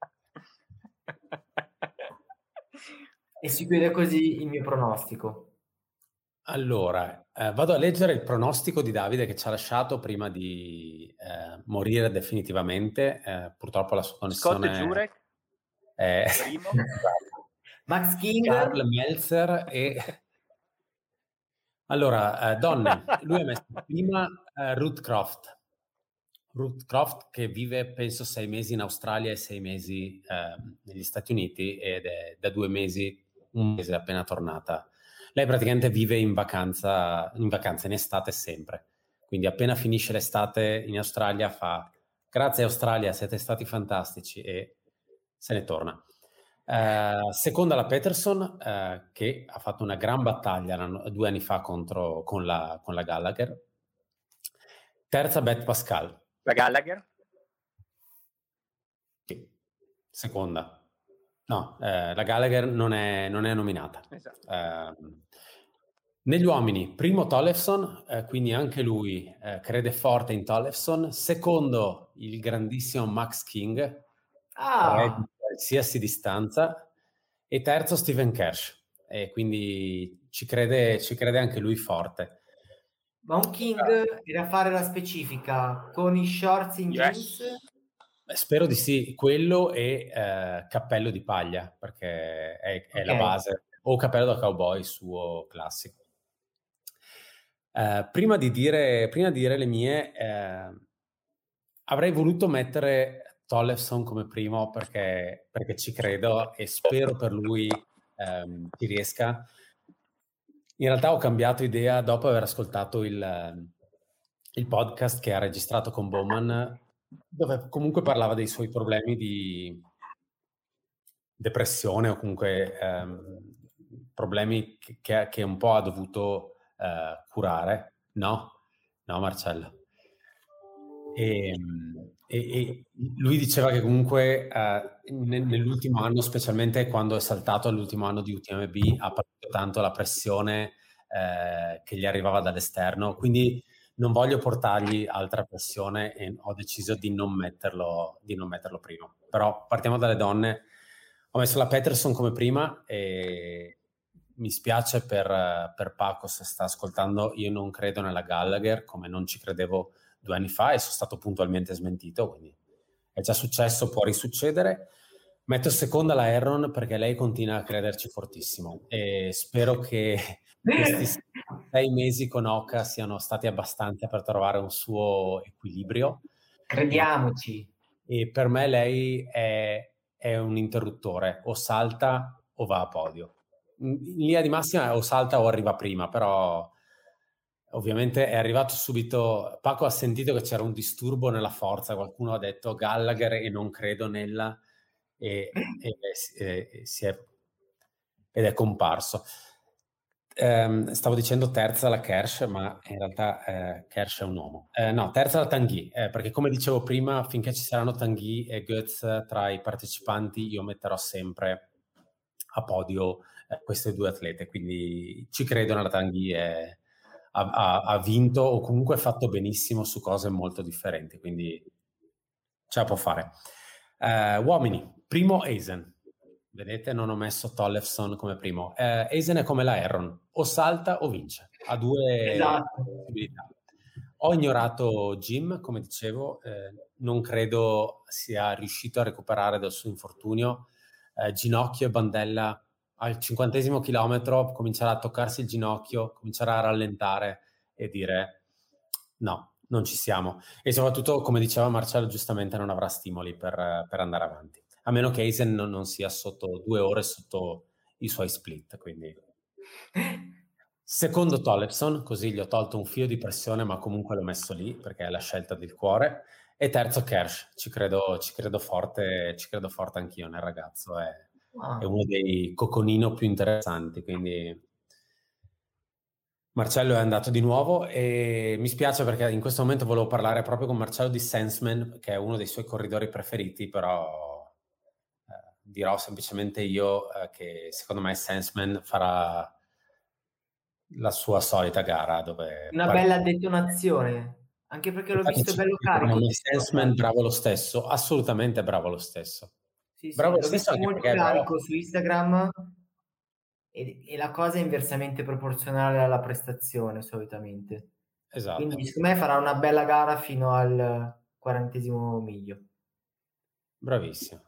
E si chiude così il mio pronostico. Allora, eh, vado a leggere il pronostico di Davide che ci ha lasciato prima di eh, morire definitivamente. Eh, purtroppo la sua connessione... Scott Jurek. Eh, Max King, Karl Meltzer e allora eh, donne, lui ha messo prima eh, Ruth Croft Ruth Croft che vive penso sei mesi in Australia e sei mesi eh, negli Stati Uniti ed è da due mesi un mese appena tornata. Lei praticamente vive in vacanza in vacanza in estate sempre, quindi appena finisce l'estate in Australia fa grazie Australia, siete stati fantastici e se ne torna. Uh, seconda la Peterson uh, che ha fatto una gran battaglia due anni fa contro, con, la, con la Gallagher. Terza Beth Pascal. La Gallagher? Sì. Seconda. No, uh, la Gallagher non è, non è nominata. Esatto. Uh, negli uomini, primo Tollefson, uh, quindi anche lui uh, crede forte in Tollefson. Secondo il grandissimo Max King. Ah. Qualsiasi distanza. E terzo Steven Kersh, e quindi ci crede, ci crede anche lui forte. Ma un King era fare la specifica con i shorts in yes. jeans? Beh, spero di sì, quello e eh, cappello di paglia, perché è, è okay. La base, o cappello da cowboy suo classico. Eh, prima di dire, prima di dire le mie, eh, avrei voluto mettere Tollefson come primo perché, perché ci credo e spero per lui ehm, che riesca. In realtà ho cambiato idea dopo aver ascoltato il, il podcast che ha registrato con Bowman, dove comunque parlava dei suoi problemi di depressione o comunque ehm, problemi che, che un po' ha dovuto eh, curare. No? No, Marcello? E, e, e lui diceva che comunque uh, nell'ultimo anno, specialmente quando è saltato all'ultimo anno di U T M B, ha patito tanto la pressione eh, che gli arrivava dall'esterno, quindi non voglio portargli altra pressione e ho deciso di non metterlo, di non metterlo prima. Però partiamo dalle donne. Ho messo la Peterson come prima e mi spiace per, per Paco se sta ascoltando. Io non credo nella Gallagher come non ci credevo due anni fa e sono stato puntualmente smentito, quindi è già successo, può risuccedere. Metto seconda la Herron perché lei continua a crederci fortissimo e spero che questi sei mesi con Oka siano stati abbastanza per trovare un suo equilibrio. Crediamoci. E, e per me lei è, è un interruttore, o salta o va a podio. In linea di massima o salta o arriva prima, però ovviamente è arrivato subito. Paco ha sentito che c'era un disturbo nella forza, qualcuno ha detto Gallagher e non credo nella e, e, e, e si è ed è comparso. Um, stavo dicendo terza la Kersh, ma in realtà eh, Kersh è un uomo. Eh, no, terza la Tanguy, eh, perché come dicevo prima, finché ci saranno Tanguy e Götz tra i partecipanti, io metterò sempre a podio eh, queste due atlete, quindi ci credo nella Tanguy e ha, ha, ha vinto o comunque fatto benissimo su cose molto differenti, quindi ce la può fare. Uh, uomini, primo Eisen. Vedete, non ho messo Tollefson come primo. Uh, Eisen è come la Herron, o salta o vince. Ha due esatto. possibilità. Ho ignorato Jim, come dicevo, eh, non credo sia riuscito a recuperare dal suo infortunio. Eh, ginocchio e bandella al cinquantesimo chilometro comincerà a toccarsi il ginocchio, comincerà a rallentare e dire no, non ci siamo. E soprattutto, come diceva Marcello giustamente, non avrà stimoli per, per andare avanti, a meno che Eisen non, non sia sotto due ore sotto i suoi split. Quindi secondo Tollefson, così gli ho tolto un filo di pressione, ma comunque l'ho messo lì perché è la scelta del cuore. E terzo Kersh, ci credo, ci credo forte, ci credo forte anch'io nel ragazzo, è, wow. È uno dei coconino più interessanti, quindi Marcello è andato di nuovo e mi spiace perché in questo momento volevo parlare proprio con Marcello di Sensman, che è uno dei suoi corridori preferiti, però eh, dirò semplicemente io eh, che secondo me Sensman farà la sua solita gara dove una part- bella detonazione, anche perché l'ho visto bello carico. Sensman bravo lo stesso, assolutamente bravo lo stesso. Sì, sì, bravo l'ho lo stesso visto molto carico bravo. Su Instagram e, e la cosa è inversamente proporzionale alla prestazione solitamente. Esatto. Quindi secondo me farà una bella gara fino al quarantesimo miglio. Bravissimo.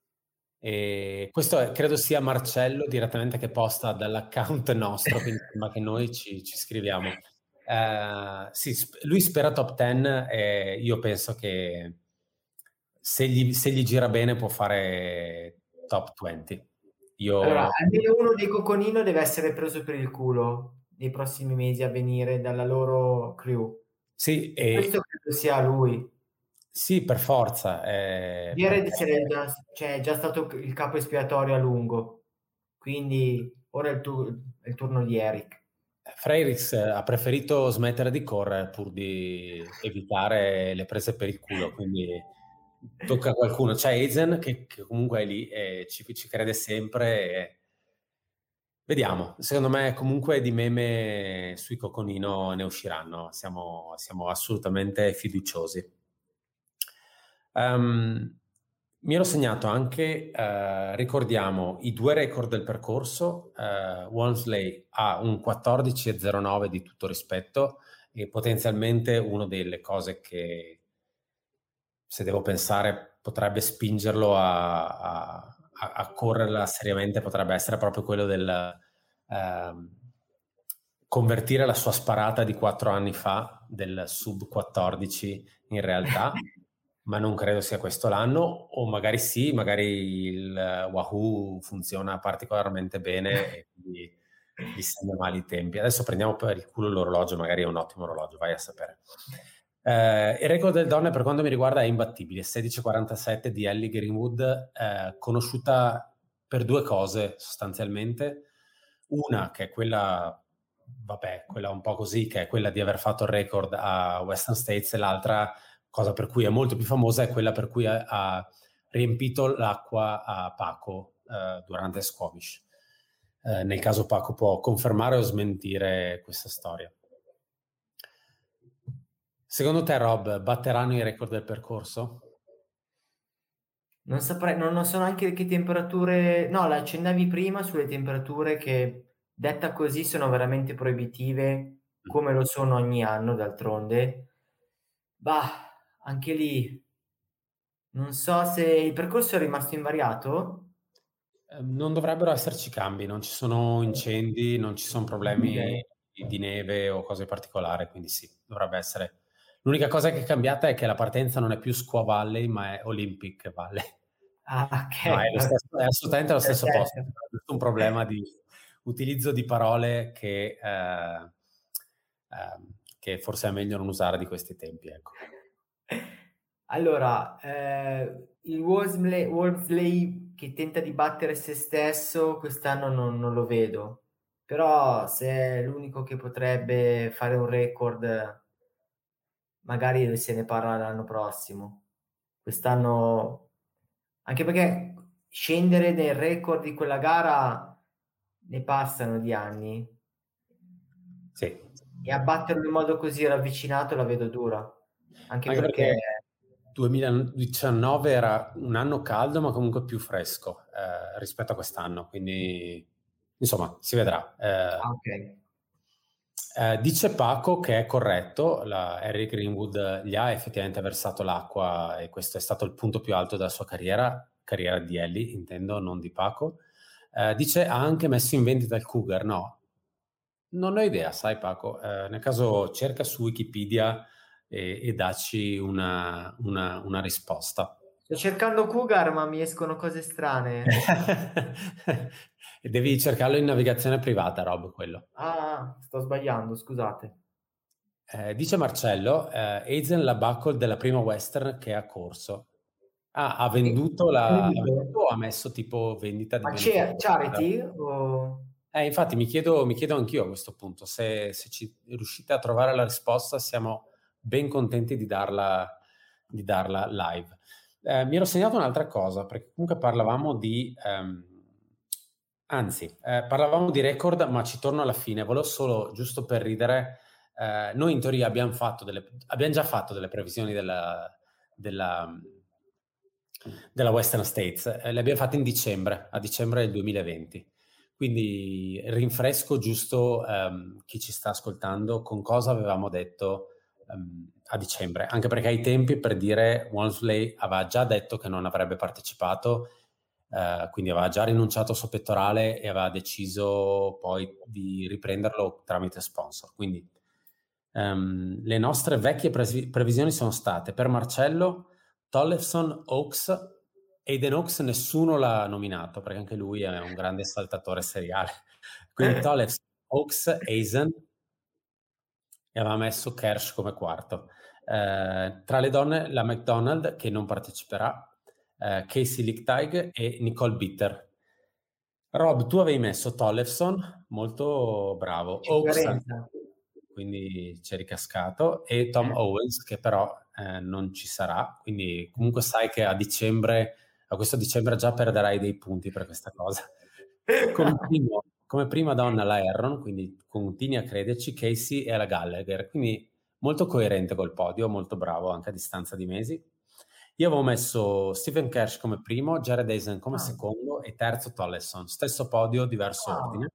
E questo è, credo sia Marcello direttamente che posta dall'account nostro, quindi sembra che noi ci, ci scriviamo. Uh, sì, lui spera top dieci e io penso che se gli, se gli gira bene può fare top venti. Io... Allora, almeno uno dei Coconino deve essere preso per il culo nei prossimi mesi a venire dalla loro crew. Sì, e... questo credo sia lui. Sì, per forza. Eh, Jared perché... già, cioè, è già stato il capo espiatorio a lungo, quindi ora è il, tu- è il turno di Eric. Freirix ha preferito smettere di correre pur di evitare le prese per il culo, quindi tocca a qualcuno. C'è Eisen che, che comunque è lì e ci, ci crede sempre. E... Vediamo, secondo me comunque di meme sui Coconino ne usciranno, siamo, siamo assolutamente fiduciosi. Um, mi ero segnato anche, uh, ricordiamo i due record del percorso. uh, Walmsley ha un quattordici e zero nove di tutto rispetto e potenzialmente una delle cose che, se devo pensare, potrebbe spingerlo a, a, a correrla seriamente potrebbe essere proprio quello del uh, convertire la sua sparata di quattro anni fa del sub quattordici in realtà. Ma non credo sia questo l'anno, o magari sì, magari il Wahoo funziona particolarmente bene e quindi gli stanno male i tempi. Adesso prendiamo per il culo l'orologio, magari è un ottimo orologio, vai a sapere. Eh, il record del donne per quanto mi riguarda è imbattibile, sedici e quarantasette di Ellie Greenwood, eh, conosciuta per due cose sostanzialmente. Una che è quella, vabbè, quella un po' così, che è quella di aver fatto il record a Western States, e l'altra cosa per cui è molto più famosa è quella per cui ha, ha riempito l'acqua a Paco eh, durante Squamish. Eh, nel caso Paco può confermare o smentire questa storia. Secondo te, Rob, batteranno i record del percorso? Non saprei, non, non so neanche che temperature... No, la accennavi prima sulle temperature che, detta così, sono veramente proibitive, come lo sono ogni anno, d'altronde. Bah, anche lì non so se il percorso è rimasto invariato. Eh, non dovrebbero esserci cambi, non ci sono incendi, non ci sono problemi okay. di, di neve o cose particolari, quindi sì, dovrebbe essere. L'unica cosa che è cambiata è che la partenza non è più Squaw Valley, ma è Olympic Valley. Ah, ok. No, è, lo stesso, è assolutamente lo stesso posto. È un problema di utilizzo di parole che, eh, eh, che forse è meglio non usare di questi tempi, ecco. Allora, eh, il Wolseley, Wolseley che tenta di battere se stesso quest'anno non, non lo vedo, però se è l'unico che potrebbe fare un record, magari se ne parla l'anno prossimo. Quest'anno, anche perché scendere nel record di quella gara ne passano di anni. Sì. E abbatterlo in modo così ravvicinato la vedo dura. Anche, anche perché... perché duemiladiciannove era un anno caldo, ma comunque più fresco eh, rispetto a quest'anno, quindi insomma si vedrà. Eh, ah, ok. Eh, dice Paco che è corretto, la Harry Greenwood gli ha effettivamente versato l'acqua e questo è stato il punto più alto della sua carriera, carriera di Ellie, intendo, non di Paco. Eh, dice ha anche messo in vendita il Cougar, no? Non ho idea, sai Paco, eh, nel caso cerca su Wikipedia e, e dacci una, una, una risposta. Sto cercando Cougar, ma mi escono cose strane. E devi cercarlo in navigazione privata, Rob, quello. Ah, sto sbagliando, scusate. Eh, dice Marcello, eh, Eisen la buckle della prima western che ha corso. Ah, ha venduto la... Ha venduto o ha messo tipo vendita di Ma beni c'è culturali? Charity o... Eh, infatti mi chiedo, mi chiedo anch'io a questo punto, se, se ci riuscite a trovare la risposta siamo ben contenti di darla, di darla live. Eh, mi ero segnato un'altra cosa, perché comunque parlavamo di... Um, anzi, eh, parlavamo di record, ma ci torno alla fine. Volevo solo, giusto per ridere, eh, noi in teoria abbiamo, fatto delle, abbiamo già fatto delle previsioni della, della, della Western States. Eh, le abbiamo fatte in dicembre, a dicembre del duemilaventi. Quindi rinfresco giusto um, chi ci sta ascoltando con cosa avevamo detto um, a dicembre, anche perché ai tempi, per dire, Walmsley aveva già detto che non avrebbe partecipato, uh, quindi aveva già rinunciato al suo pettorale e aveva deciso poi di riprenderlo tramite sponsor. Quindi um, le nostre vecchie pre- previsioni sono state per Marcello, Tollefson, Oaks. Aiden Oaks nessuno l'ha nominato perché anche lui è un grande saltatore seriale. Quindi Tollefson, Oaks, Eisen e aveva messo Kersh come quarto. Eh, tra le donne la McDonald che non parteciperà, eh, Casey Lichtig e Nicole Bitter. Rob, tu avevi messo Tollefson, molto bravo, Oaks, quindi c'è ricascato, e Tom Owens che però eh, non ci sarà, quindi comunque sai che a dicembre, a questo dicembre già perderai dei punti per questa cosa. Come, primo, come prima donna la Herron, quindi continui a crederci, Casey e la Gallagher, quindi molto coerente col podio, molto bravo anche a distanza di mesi. Io avevo messo Stephen Kersh come primo, Jared Eisen come ah. secondo e terzo Tollefson, stesso podio, diverso ah. ordine.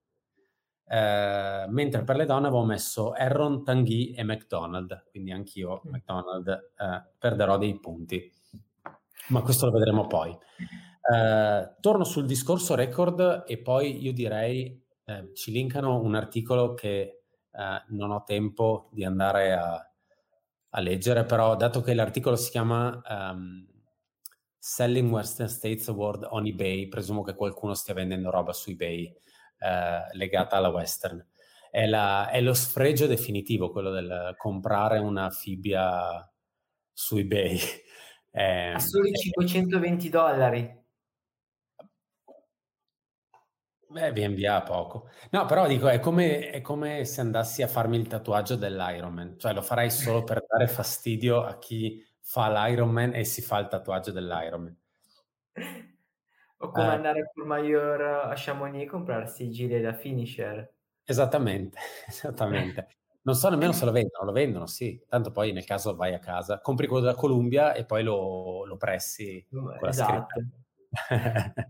Eh, mentre per le donne avevo messo Herron, Tanguy e McDonald, quindi anch'io mm. McDonald eh, perderò dei punti, ma questo lo vedremo poi. Eh, torno sul discorso record e poi io direi eh, ci linkano un articolo che eh, non ho tempo di andare a, a leggere, però dato che l'articolo si chiama um, Selling Western States Award on eBay, presumo che qualcuno stia vendendo roba su eBay eh, legata alla Western. È, la, è lo sfregio definitivo, quello del comprare una fibbia su eBay. Eh, a soli cinquecentoventi dollari. Beh, via via poco. No, però dico, è come, è come se andassi a farmi il tatuaggio dell'Ironman. Cioè, lo farei solo per dare fastidio a chi fa l'Ironman e si fa il tatuaggio dell'Ironman. O come eh, andare a Courmayeur a Chamonix e comprarsi i giri da finisher. Esattamente, esattamente. Non so nemmeno se lo vendono, lo vendono, sì. Tanto poi nel caso vai a casa, compri quello della Columbia e poi lo, lo pressi con la esatto. scritta.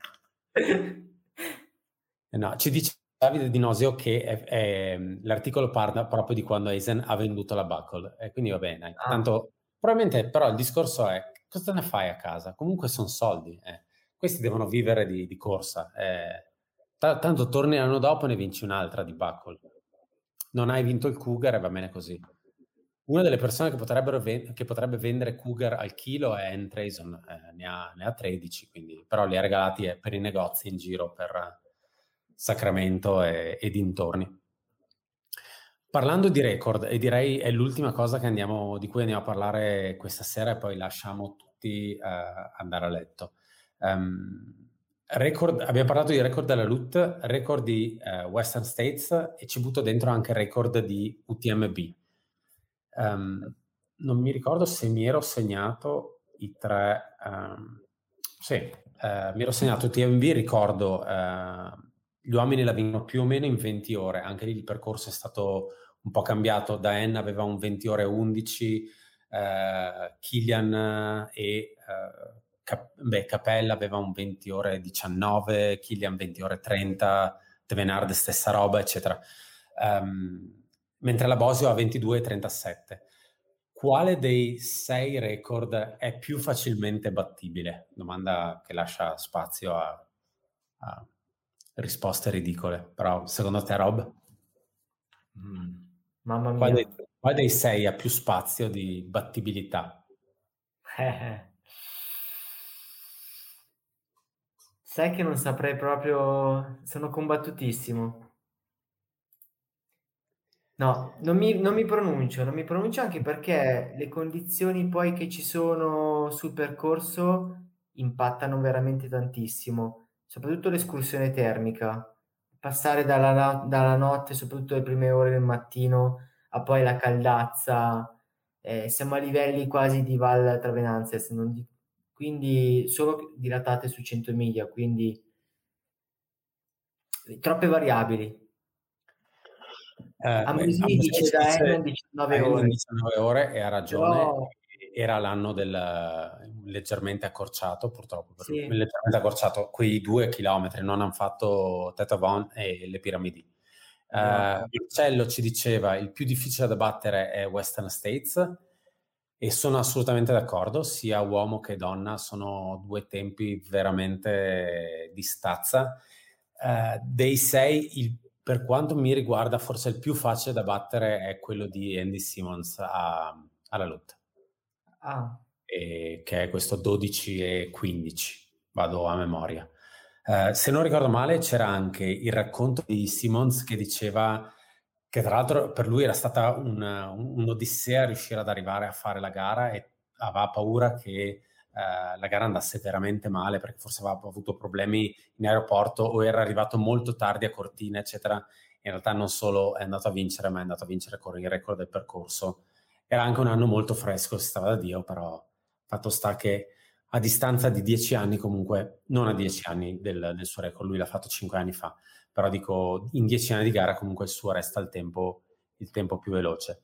No, ci dice Davide Di Nosio che è, è, l'articolo parla proprio di quando Eisen ha venduto la buckle, e quindi va bene. Ah. Tanto, probabilmente però il discorso è, cosa ne fai a casa? Comunque sono soldi, eh. Questi devono vivere di, di corsa. Eh. T- tanto torni l'anno dopo e ne vinci un'altra di buckle. Non hai vinto il Cougar e va bene così. Una delle persone che, potrebbero ven- che potrebbe vendere Cougar al chilo è Ann Trayson, eh, ne, ha, ne ha tredici, quindi, però li ha regalati eh, per i negozi in giro per Sacramento e, e dintorni. Parlando di record, e direi è l'ultima cosa che andiamo, di cui andiamo a parlare questa sera e poi lasciamo tutti uh, andare a letto. Um, record, abbiamo parlato di record della L U T, record di uh, Western States e ci butto dentro anche record di U T M B. Um, non mi ricordo se mi ero segnato i tre... Um, sì, uh, mi ero segnato U T M B, ricordo... Uh, gli uomini la vincono più o meno in venti ore, anche lì il percorso è stato un po' cambiato. Diane aveva un venti ore undici, eh, Kilian e eh, Cap- beh, Capella aveva un venti ore diciannove, Kilian venti ore trenta, Tevenard stessa roba, eccetera. Um, mentre la Bosio ha ventidue e trentasette. Quale dei sei record è più facilmente battibile? Domanda che lascia spazio a, a risposte ridicole. Però secondo te, Rob? Mm. Mamma mia. Quale dei, quale dei sei ha più spazio di battibilità? Eh. Sai che non saprei proprio, sono combattutissimo. No, non mi, non mi pronuncio, non mi pronuncio anche perché le condizioni poi che ci sono sul percorso impattano veramente tantissimo, soprattutto l'escursione termica. Passare dalla, no- dalla notte, soprattutto le prime ore del mattino, a poi la caldazza, eh, siamo a livelli quasi di Val Travenanza, se non di- quindi solo dilatate su cento miglia, quindi troppe variabili. Eh, Ambrosini dice da Enden diciannove ore. diciannove ore e ha ragione. Però... Era l'anno del leggermente accorciato, purtroppo. Per sì. lui. Leggermente accorciato, quei due chilometri non hanno fatto Tetavon e le piramidi. Esatto. Uh, Marcello ci diceva il più difficile da battere è Western States e sono assolutamente d'accordo, sia uomo che donna sono due tempi veramente di stazza. Uh, dei sei, il, per quanto mi riguarda, forse il più facile da battere è quello di Andy Simmons a, alla Lut, ah. e, che è questo dodici e quindici, vado a memoria. Uh, se non ricordo male c'era anche il racconto di Simmons che diceva che tra l'altro per lui era stata un, un'odissea riuscire ad arrivare a fare la gara e aveva paura che uh, la gara andasse veramente male perché forse aveva avuto problemi in aeroporto o era arrivato molto tardi a Cortina, eccetera. In realtà non solo è andato a vincere, ma è andato a vincere con il record del percorso. Era anche un anno molto fresco, si stava da Dio, però fatto sta che a distanza di dieci anni comunque, non a dieci anni del, del suo record, lui l'ha fatto cinque anni fa, però dico in dieci anni di gara comunque il suo resta il tempo, il tempo più veloce.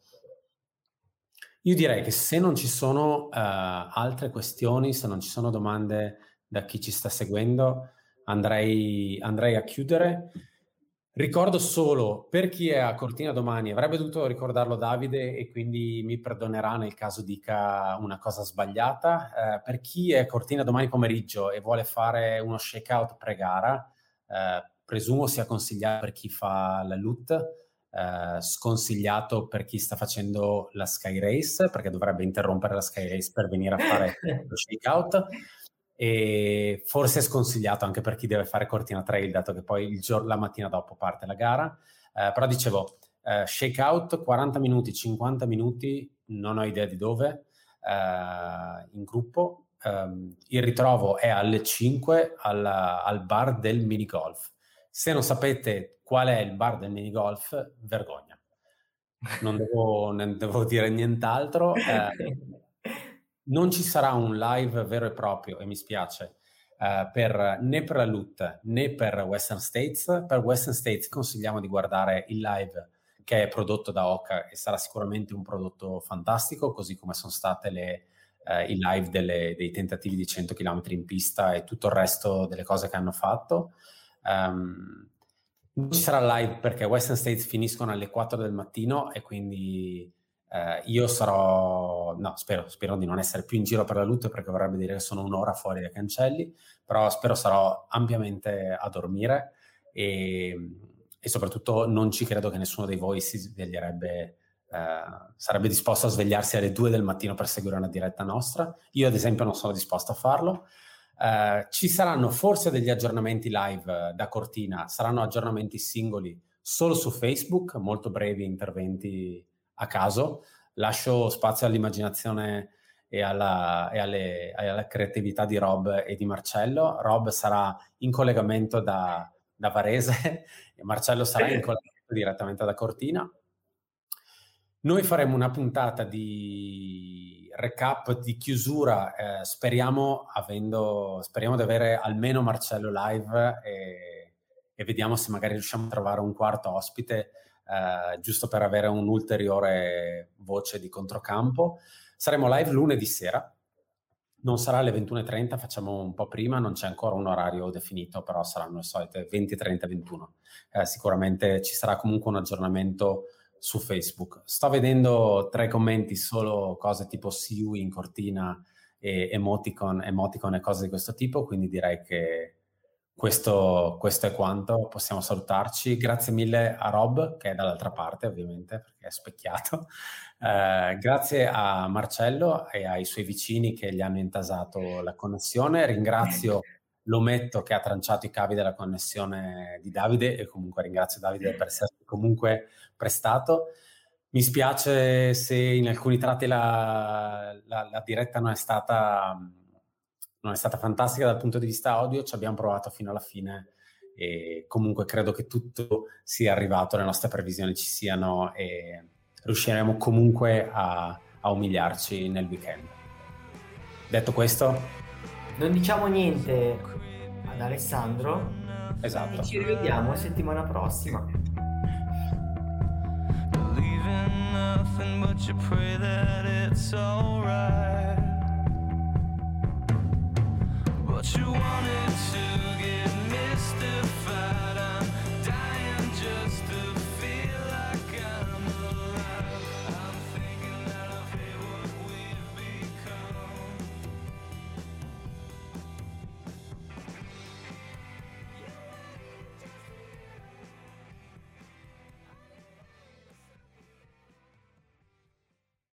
Io direi che se non ci sono uh, altre questioni, se non ci sono domande da chi ci sta seguendo, andrei, andrei a chiudere. Ricordo solo, per chi è a Cortina domani, avrebbe dovuto ricordarlo Davide e quindi mi perdonerà nel caso dica una cosa sbagliata. Eh, per chi è a Cortina domani pomeriggio e vuole fare uno shakeout pre-gara, eh, presumo sia consigliato per chi fa la L U T, eh, sconsigliato per chi sta facendo la Sky Race, perché dovrebbe interrompere la Sky Race per venire a fare lo shakeout. E forse è sconsigliato anche per chi deve fare Cortina Trail, dato che poi il giorno, la mattina dopo parte la gara. Eh, però dicevo, eh, shakeout quaranta minuti, cinquanta minuti, non ho idea di dove, eh, in gruppo. Um, il ritrovo è alle cinque alla, al bar del minigolf. Se non sapete qual è il bar del minigolf, vergogna. Non devo, non devo dire nient'altro. Eh, non ci sarà un live vero e proprio, e mi spiace, uh, per, né per la L U T né per Western States. Per Western States consigliamo di guardare il live che è prodotto da Oka e sarà sicuramente un prodotto fantastico, così come sono state le, uh, i live delle, dei tentativi di cento chilometri in pista e tutto il resto delle cose che hanno fatto. Um, non ci sarà live perché Western States finiscono alle quattro del mattino e quindi Uh, io sarò, no, spero, spero di non essere più in giro per la L U T perché vorrebbe dire che sono un'ora fuori dai cancelli, però spero sarò ampiamente a dormire e, e soprattutto non ci credo che nessuno di voi si sveglierebbe, uh, sarebbe disposto a svegliarsi alle due del mattino per seguire una diretta nostra. Io ad esempio non sono disposto a farlo. Uh, ci saranno forse degli aggiornamenti live da Cortina, saranno aggiornamenti singoli solo su Facebook, molto brevi interventi a caso, lascio spazio all'immaginazione e alla, e alle, alla creatività di Rob e di Marcello. Rob sarà in collegamento da, da Varese e Marcello sarà in collegamento direttamente da Cortina. Noi faremo una puntata di recap, di chiusura, eh, speriamo, avendo, speriamo di avere almeno Marcello live e, e vediamo se magari riusciamo a trovare un quarto ospite, Uh, giusto per avere un'ulteriore voce di controcampo. Saremo live lunedì sera, non sarà alle ventuno e trenta, facciamo un po' prima, non c'è ancora un orario definito, però saranno le solite venti, trenta, ventuno. Uh, sicuramente ci sarà comunque un aggiornamento su Facebook. Sto vedendo tra i commenti solo cose tipo see you in cortina e emoticon, emoticon e cose di questo tipo, quindi direi che questo, questo è quanto. Possiamo salutarci. Grazie mille a Rob, che è dall'altra parte ovviamente, perché è specchiato. Eh, grazie a Marcello e ai suoi vicini che gli hanno intasato la connessione. Ringrazio Lometto che ha tranciato i cavi della connessione di Davide, e comunque ringrazio Davide per essersi comunque prestato. Mi spiace se in alcuni tratti la, la, la diretta non è stata non è stata fantastica dal punto di vista audio, ci abbiamo provato fino alla fine e comunque credo che tutto sia arrivato, le nostre previsioni ci siano e riusciremo comunque a, a umiliarci nel weekend. Detto questo, non diciamo niente ad Alessandro. Esatto. E ci rivediamo settimana prossima. But you pray that it's alright. But you wanted to get